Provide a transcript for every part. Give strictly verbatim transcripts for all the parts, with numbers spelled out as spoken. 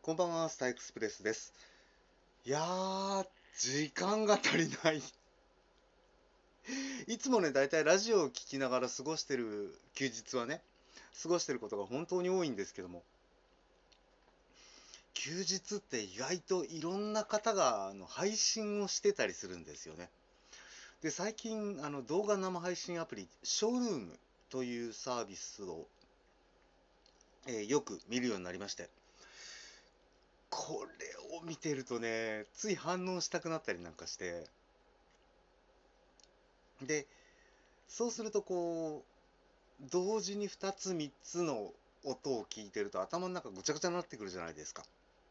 こんばんは、スタイクスプレスです。いやー、時間が足りない。いつもね、だいたいラジオを聞きながら過ごしてる休日はね、過ごしてることが本当に多いんですけども、休日って意外といろんな方があの配信をしてたりするんですよね。で、最近、あの動画生配信アプリ、ショールームというサービスを、えーよく見るようになりまして、これを見てるとね、つい反応したくなったりなんかして、で、そうするとこう、同時にふたつみっつの音を聞いてると頭の中ぐちゃぐちゃになってくるじゃないですか。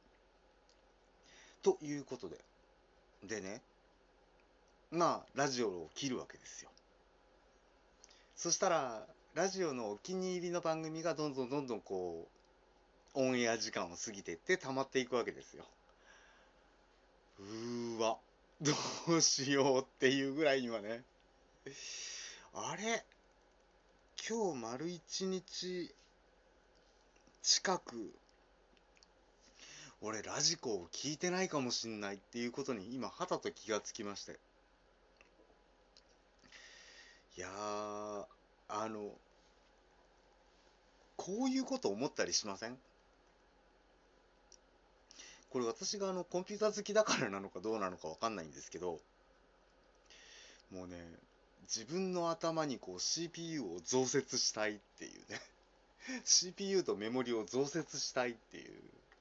ということで。でね、まあ、ラジオを切るわけですよ。そしたら、ラジオのお気に入りの番組がどんどんどんどんこう、オンエア時間を過ぎていって溜まっていくわけですよ。うーわ、どうしようっていうぐらいにはね、あれ今日丸一日近く俺ラジコを聞いてないかもしんないっていうことに今はたと気がつきまして。いやー、あの、こういうこと思ったりしません？これ私があのコンピューター好きだからなのかどうなのかわかんないんですけど、もうね、自分の頭にこう シーピーユー を増設したいっていうね。シーピーユー とメモリを増設したいっていう。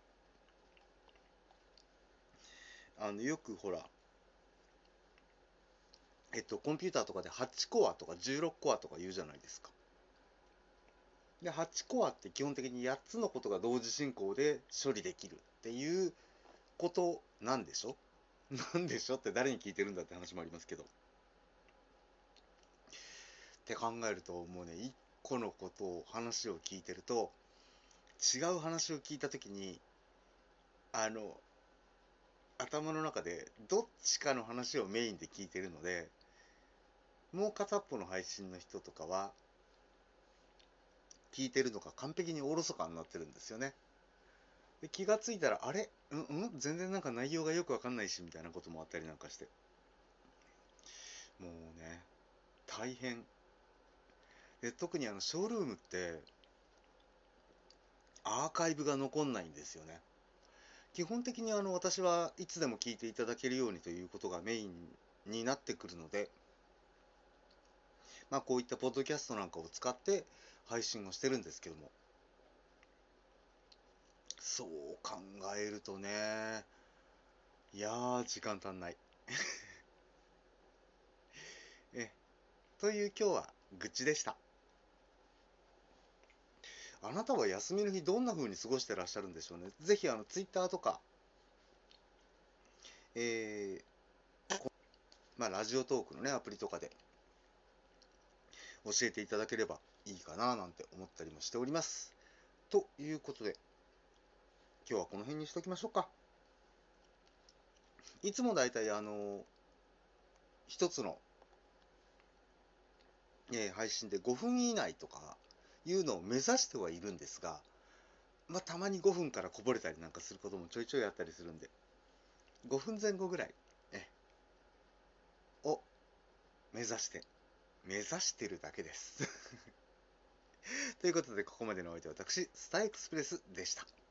あの、よくほら、えっと、コンピューターとかではちコアとかじゅうろくコアとか言うじゃないですか。で、はちコアって基本的にやっつのことが同時進行で処理できるっていうことなんでしょ？なんでしょって誰に聞いてるんだって話もありますけど。って考えると、もうね、一個のことを、話を聞いてると、違う話を聞いたときに、あの、頭の中でどっちかの話をメインで聞いてるので、もう片っぽの配信の人とかは、聞いてるのが完璧におろそかになってるんですよね。で、気がついたら、あれうんうん全然なんか内容がよくわかんないし、みたいなこともあったりなんかして。もうね、大変。で、特にあの、ショールームって、アーカイブが残んないんですよね。基本的にあの、私はいつでも聞いていただけるようにということがメインになってくるので、まあこういったポッドキャストなんかを使って配信をしてるんですけども、そう考えるとね、いやー、時間足んない。え、という今日は愚痴でした。あなたは休みの日どんな風に過ごしてらっしゃるんでしょうね。ぜひあの、ツイッターとか、えー、まあラジオトークのね、アプリとかで教えていただければいいかななんて思ったりもしております。ということで、今日はこの辺にしときましょうか。いつもだいたいあの、一つの、えー配信でごふん以内とかいうのを目指してはいるんですが、まあ、たまにごふんからこぼれたりなんかすることもちょいちょいあったりするんで、ごふんぜん後ぐらい、え、を目指して、目指してるだけです。ということで、ここまでのお相手は私、スターエクスプレスでした。